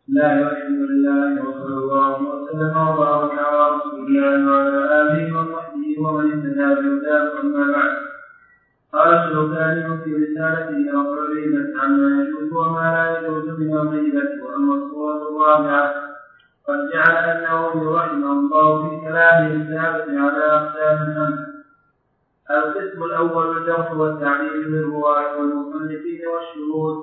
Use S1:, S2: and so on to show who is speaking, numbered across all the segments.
S1: لا الحمد لله وصلى الله وسلم وبارك على رسول الله وعلى آله وصحبه ومن اهتدى بهداه أما بعد. قال الشوكاني في رسالته رفع الغيبة عما يجوز وما لا يجوز من الغيبة. وأما الصورة الرابعة قد جعل النووي رحمه الله في كلامه الثابت على أقسام الأمر. القسم الأول الجرح والتعديل بالرواة والمصنفين والشهود،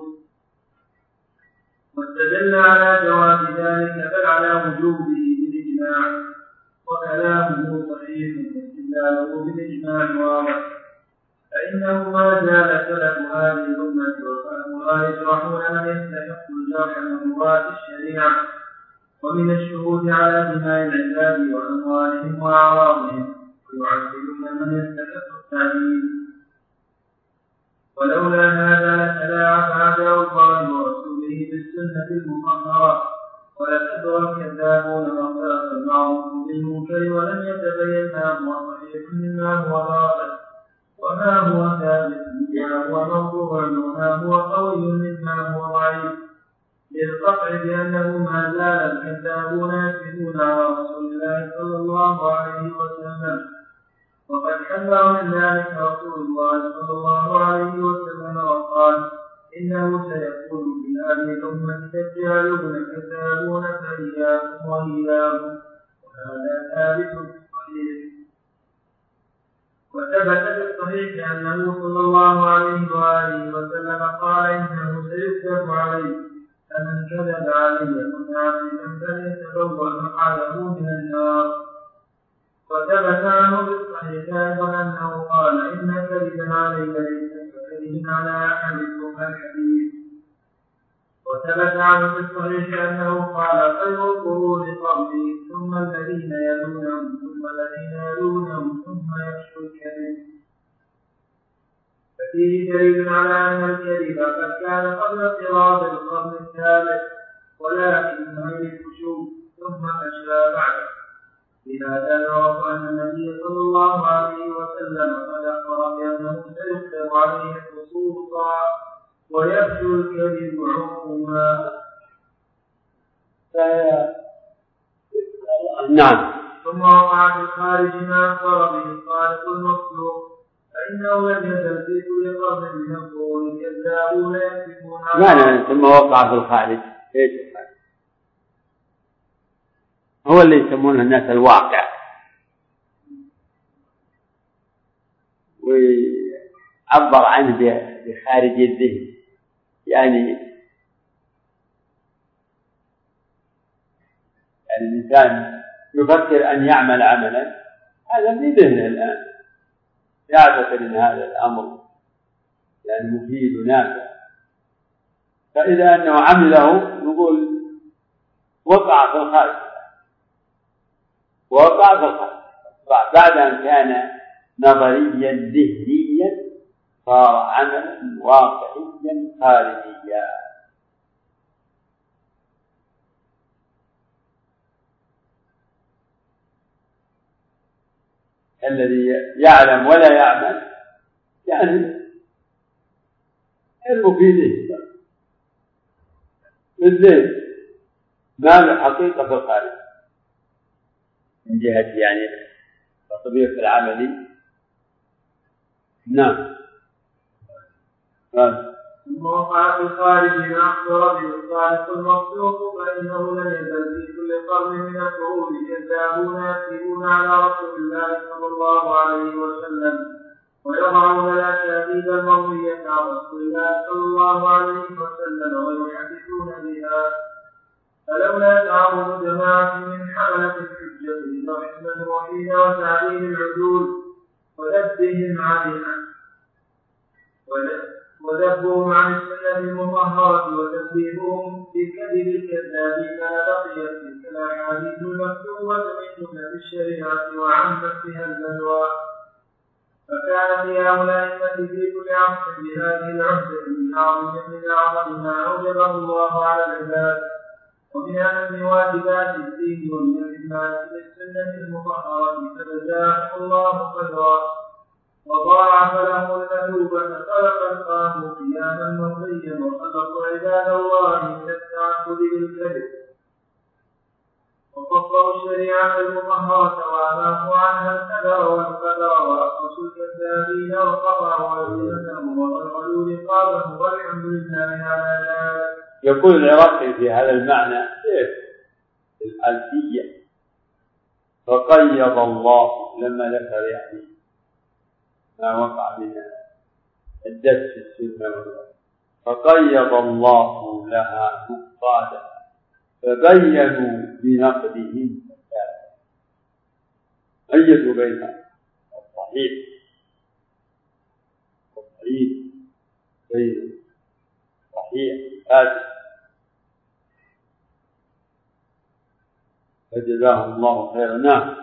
S1: واستدل على جواز ذلك بل على وجوبه بالإجماع، وكلامه صحيح واستدلاله بالإجماع واضح، فإنه ما زال سلف هذه الأمة وفهمها يشرحون من يستحق الجرح من رواة الشريعة ومن الشهود على دماء العباد وأموالهم وأعراضهم، ويعذبون من يستحق التعديل. ولولا هذا لتلاعب أعداء الله ورسوله بالسنة المطهرة، ولكثر الكذابون واختلف المعروف بالمنكر ولم يتبين ما هو صحيح مما هو باطل، وما هو ثابت مما هو موضوع وما هو قوي مما هو ضعيف، للقطع بأنه ما زال الكذابون يكذبون على رسول الله صلى الله عليه وسلم. وقد حذر من ذلك رسول الله صلى الله عليه وسلم وقال: إنه سيكون في هذه الأمة دجالون كذابون فإياكم وإياهم، وهذا ثابت في الصحيح. وثبت في الصحيح أنه صلى الله عليه وآله وسلم قال: إنه سيكتب عليه، فمن كذب علي متعمدا فليتبوأ مقعده من النار. وثبت عنه بالصحيح أيضا أنه قال: إن كذبا علي ليس ككذب على أحدكم الحديث. وثبت عنه بالصحيح أنه قال: خير القرون قبلي ثم الذين يلونهم ثم الذين يلونهم ثم يفشو الكذب. ففيه دليل على أن الكذب قد كان قبل اضطراب القرن الثالث، ولكن غير الفشو ثم فشى بعده. لهذا يعرف أن النبي صلى الله عليه وسلم قد أخبر بأنه سيكتب عليه خصوصا ويفشو الكذب عموما.
S2: نعم.
S1: ثم وقع في الخارج ما أخبر به الخالق المخلوق، فإنه لم يزل في كل قرن من القرون كذابون يكذبون
S2: على ثم وقع في الخارج. هو اللي يسمونه الناس الواقع، ويعبر عنه بخارج الذهن، يعني الإنسان يفكر أن يعمل عملا هذا في ذهنه الآن، يعتقد أن هذا الأمر يعني مفيد ونافع، فإذا أنه عمله نقول وقع في الخارج، وقع في الخارج بعد أن كان نظريا ذهنيا صار عملا واقعيا خارجيا. الذي يعلم ولا يعمل يعني المفيد الذهن ما له حقيقة في الخارج من جهة يعني التطبيق العملي. نعم.
S1: ثم وقع في الخارج ما أخبر به الخالق المخلوق، فإنه لم يزل في كل قرن من القرون كذابون يكذبون على رسول الله صلى الله عليه وسلم، ويضعون الأساليب المروية عن رسول الله صلى الله عليه وسلم ويحدثون بها. فلولا تعاون جماعة من حملة الحجة لرحمة الوحيد وتعليل العدول ونبههم عنها وذبهم عن السنة المطهرة وتنبيههم بكذب الكذابين لبقيت تلك الأحاديث المكتوبة من سنة الشريعة وعمتها البلوى. فكان قيام الأئمة في كل عصر بهذه العهدة من أعظم ما أوجبه الله على العباد، ومن أهم واجبات الدين ومن الإيمان بالسنة المطهرة، فجزاهم الله خيرا وضاعف له المثوبة، خلق القام قياما مرضيا وخلق عباد الله من التعبد بالكعبة الكذب. وفضلوا الشريعة المطهرة وأماموا عنها الكدر والقدر وأقصوا الكذابين وقطعوا ألسنتهم وغلوا رقابهم والحمد لله على ذلك.
S2: يقول العراقي في هذا المعنى في الألفية: فقيض الله، لما ذكر يعني ما وقع من الدس في السنة، فقيض الله لها نقادا فبينوا بنقدهم فسادا. ميزوا بين الصحيح والضعيف، بين الصحيح والفاسد، فجزاهم الله خيرا. نعم.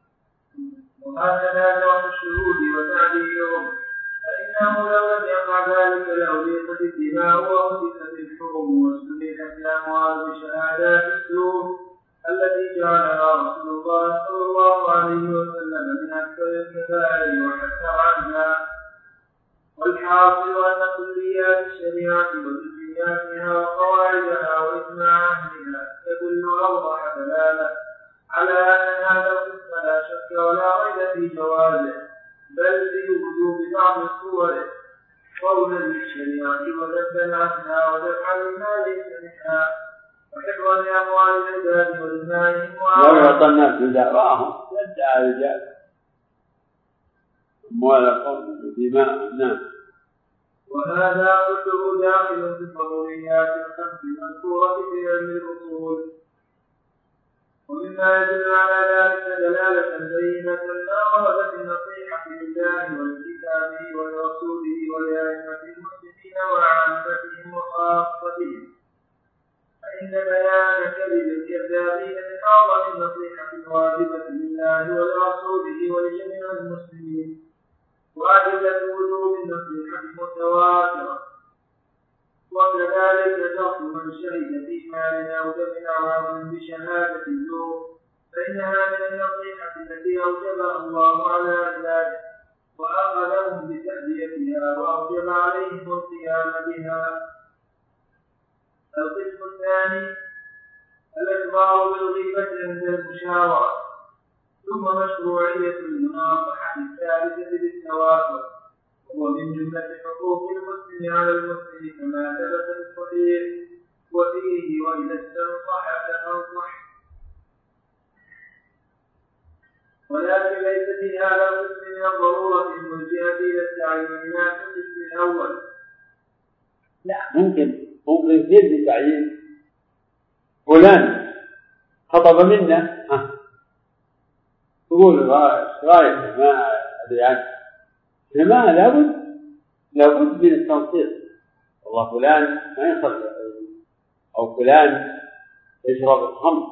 S1: وهكذا نوع الشهود وتعديلهم، فإنه لو لم يقع ذلك لأضيقت الدماء وأهلكت الحرم واستبيحت الأموال بشهادات الزور التي جعلها رسول الله صلى الله عليه وسلم من أكثر الكبائر وحتى عنها. والحاصل أن كليات الشريعة وجزئياتها وقواعدها وإجماع أهلها تدل أوضح دلالة على أن هذا القسم لا شك ولا ريب في جوازه، بل في وجوب بعض صوره قولا للشريعة وذبا عنها ودفعا لما ليس منها وحفظا لأموال العباد ودمائهم.
S2: لو يعطى الناس بدعواهم يدعى الرجال أموالهم ودماءهم. نعم.
S1: وهذا كله داخل في الضروريات الخمس المذكورة في علم الأصول. ومما يدل على ذلك دلالة بينة ما ورد في النصيحة لله ولكتابه ولرسوله ولأئمة المسلمين وعامتهم وخاصتهم، فإن بيان كذب الكذابين من أعظم النصيحة الواجبة لله ولرسوله ولجميع المسلمين، وأدلة وجوب النصيحة متواترة. وكذلك ترك من شهد في مال أو دم أو عرض بشهادة الزور، فإنها من النصيحة التي أوجبها الله على عباده وأخذهم بتأديتها وأوجب عليهم القيام بها. القسم الثاني الإخبار بالغيبة عند المشاورة، ثم مشروعية المناصحة الثالثة بالتواتر، وهو من جملة حقوق المسلم على المسلم كما ثبت في الصحيح وفيه: وإذا استنصح فانصح. ولكن ليس في هذا القسم من الضرورة الملجئة إلى التعيين ما في القسم الأول.
S2: لا، ممكن يصير بتعيين فلان خطب منا، تقول رايك ما أدري عنه، إنما لابد من التنصيص. والله فلان ما يصلي، أو فلان يشرب الخمر،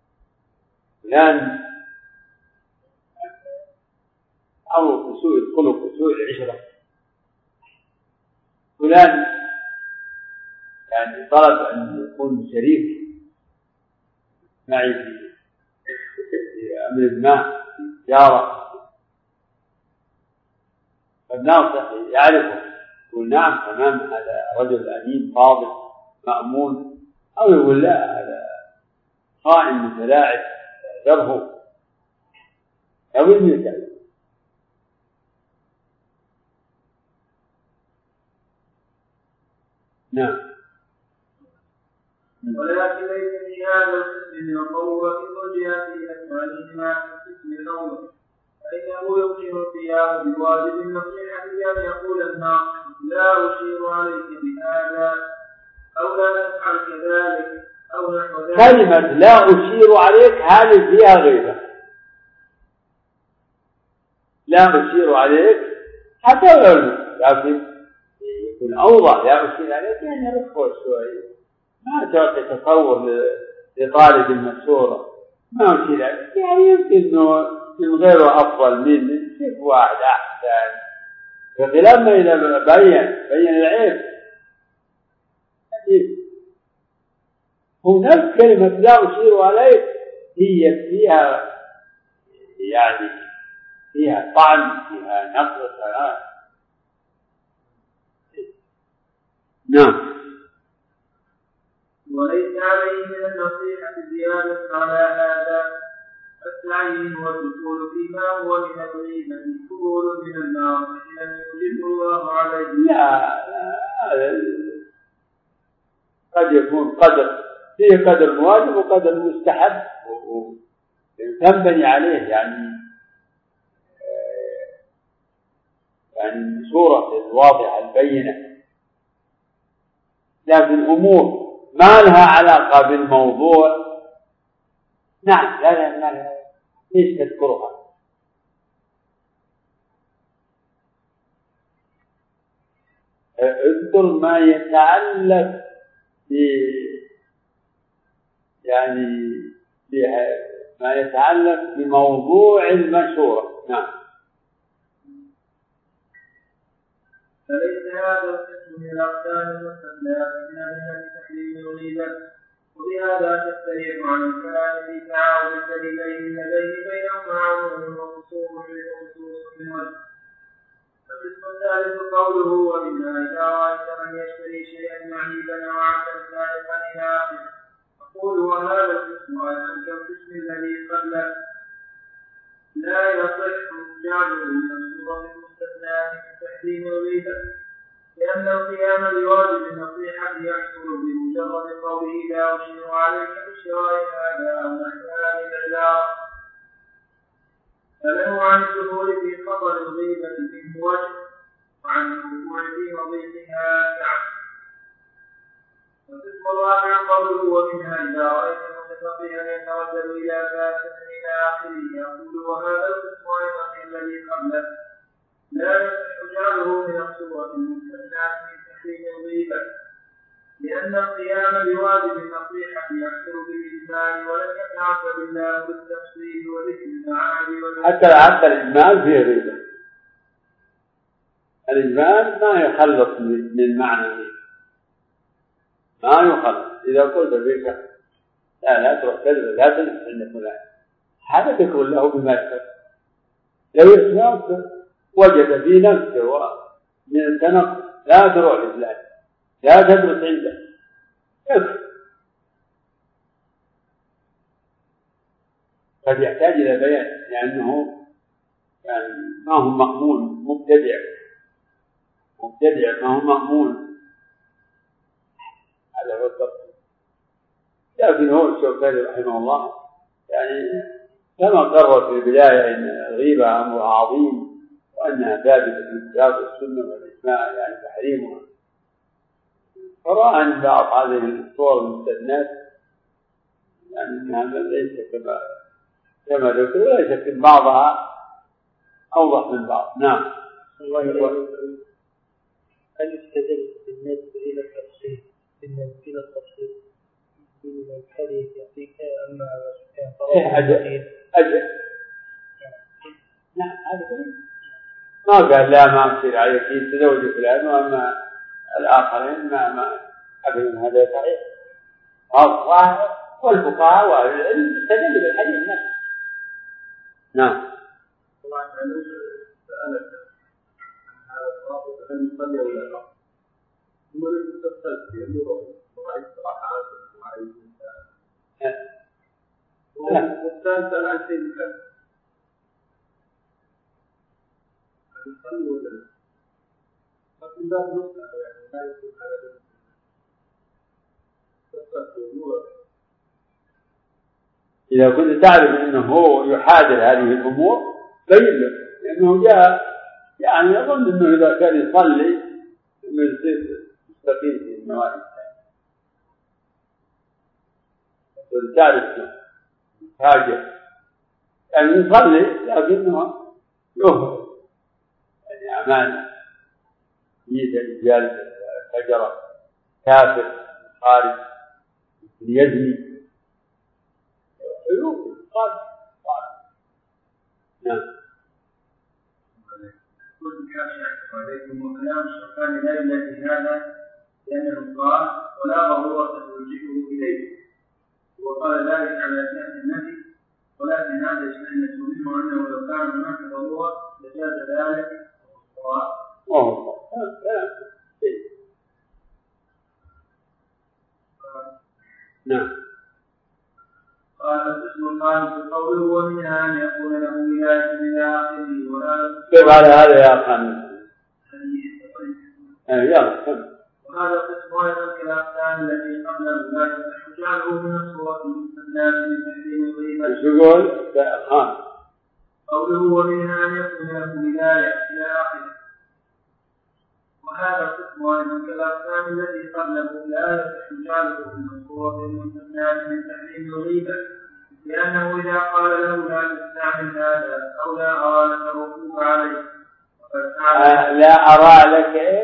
S2: فلان أو سوء الخلق وسوء العشرة، فلان يعني طلب أن يكون شريك معي في أمر ما تجارة، فالناصح يعرفه يقول نعم تمام هذا رجل أمين فاضل مأمون، أو يقول لا هذا خائن متلاعب ذره، أو المثال. نعم.
S1: ولكن ليس في هذا القسم من الضرورة الملجئة إلى التعيين ما في القسم الأول، فإنه يمكن القيام بواجب النصيحة بأن يقول الناصح لا أشير عليك بهذا، أو لا تفعل كذلك، أو نحو ذلك.
S2: كلمة لا أشير عليك هذه فيها غيبة. لا أشير عليك حتى لكن يكون أوضح لا أشير عليك يعني رفض شوي، ما تعطي تصور لطالب المسورة ما أشير عليك يعني يمكن أنه من غيره أفضل مني شوف واحد أحسن، بخلاف ما إذا بين العيب هو نفس كلمة لا أشير عليك هي فيها يعني فيها طعن فيها نقص.
S1: وهذا وليس عليه من النصيحة زيادة على هذا. التعيين والدخول فيما هو من الغيبة قبول من النار لم يوجب الله عليه.
S2: لا قد يكون قدر فيه قدر واجب وقدر مستحب تنبني عليه يعني صورة واضحة البينة. لكن أمور ما لها علاقة بالموضوع نعم لا ليش تذكرها؟ اذكر ما يتعلق ما يتعلق بموضوع المشورة. نعم.
S1: فليس هذا القسم من الأقسام المستثناة من التحريم الغيبة، وبهذا تستريح عن الكلام في تعارض الدليلين اللذين بينهما عموم وخصوص من وجه. القسم الثالث قوله ومنها إذا رأيت من يشتري شيئا معيبا أو عبدا سالفا إلى آخره. أقول وهذا القسم أيضا كالقسم الذي قبله لا يصح جعله من الصورة المستثناة من تحريم الغيبة، لأن القيام بواجب النصيحة يحصل بمجرد قوله لا أشير عليك بشراء هذا أو نحو هذه العبارة، فله عن الدخول في خطر الغيبة منه وجه وعن الوقوع في مضيقها كعب. والقسم الرابع قوله ومنها إذا رأيت متفقها يتردد إلى فاسد إلى آخره. يقول وهذا القسم أيضا الذي قبله لا يصح جعله من الصورة المستثناة من تحريم الغيبة، لأن القيام بواجب النصيحة يحصل بالإجمال ولم يتعبد الله بالتفصيل وذكر المعاني
S2: حتى الإجمال فيه غيبة. الإجمال ما يخلص من معنى ما يخلص. إذا قلت بك لا تروح كذب لا تلبس عند فلان هذا تكون له بما يكفر. لو يسمعك وجد في نفسه من التنقص لا تروح لفلان لا تدرس عنده يكفر. قد يحتاج إلى بيان لأنه يعني ما هو مأمون مبتدع ما هو مأمون. هذا هو التفصيل. لكن هو الشوكاني رحمه الله يعني كما قرر في البداية أن الغيبة أمرها عظيم وأنها ثابتة في الكتاب والسنة والإجماع يعني تحريمها، فرأى أن بعض هذه الصور المستثنات يعني أنها ليس كما ذكر ولا شك أن بعضها أوضح من بعض. نعم.
S1: هل يستدل بالنسبة إلى التفصيل إلى التفصيل من الحديث يعطيك أما كان
S2: أجل نعم هذا ما قال لا ما أصير عليك تزوج فلان وأما الآخرين ما أبين هذا صحيح. والفقهاء وأهل العلم يستدل بالحديث نفسه. نعم.
S1: طبعا أنا سألت هذا الصواب هل يصلي ولا لا؟ ثم تستفسر في أمره وعيد صراحات وعيد والثالث الآن شيء بكذا هل يصلي ولا لا؟ لكن ذات نقطة يعني لا يكون هذا تستفسر في أمره.
S2: إذا كنت تعرف أنه هو يحاذر هذه الأمور بين له، لأنه جاء يعني يظن أنه إذا كان يصلي أنه يصير مستقيم في النوافل. تعرف حاجة يعني يصلي لكنه يهرب يعني أمانة يجي رجال شجرة كافر خارج يزني قال نعم.
S1: عليكم وكلام الشيطان لا يلزم هذا لأنه قال ولا ضرورة ترجعه إليه، وقال ذلك على أساس النفي، ولكن هذا يشمل منه أنه لو كان هناك ضرورة لجاز ذلك
S2: نعم.
S1: قال القسم الخامس قوله ومنها أن يكون له ولاية إلى آخره وهذا
S2: كيف على هذا يا خالد؟ يلا.
S1: وهذا القسم أيضا كالأقسام التي قبل الولاية جعله من الصور المستثناة من تحريم الغيبة.
S2: ايش يقول؟ خامس
S1: قوله ومنها أن يكون له ولاية إلى آخره وهذا القسم أيضا كالأقسام التي قبله لا يصح جعله من الصور المستثناة من تحريم الغيبة لأنه إذا قال له لا تستعمل هذا أو لا أرى لك الركوب عليه
S2: لا أرى لك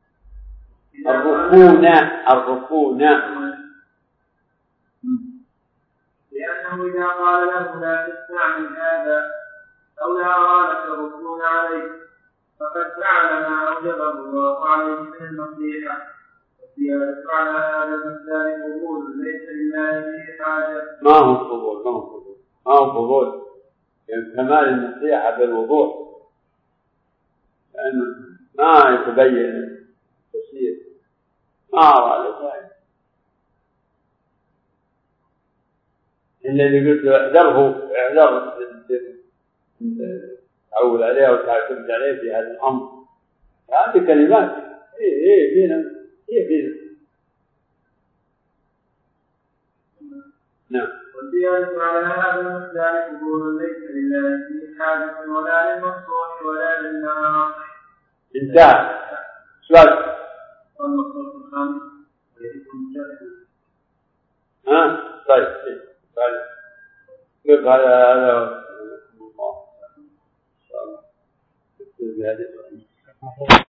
S2: الركون
S1: لأنه إذا قال له لا تستعمل هذا أو لا أرى لك الركون عليه فقد فعل ما أوجبه الله عليه من النصيحة والزيادة على هذا المثال فضول ليس لله فيه حاجة.
S2: ما هو فضول يعني كمال النصيحة بالوضوح لأنه ما يتبين تفسير ما أرى لك الذي قلت احذره تعول عليه وتعتمد عليه في هذا الأمر هذه كلمات فينا نعم.
S1: والزيادة على هذا المثال فضول ليس لله فيه حاجة ولا للمنصوح ولا للناصح.
S2: انتهى. سؤال.
S1: والمصروف الخامس
S2: طيب كيف هذا الله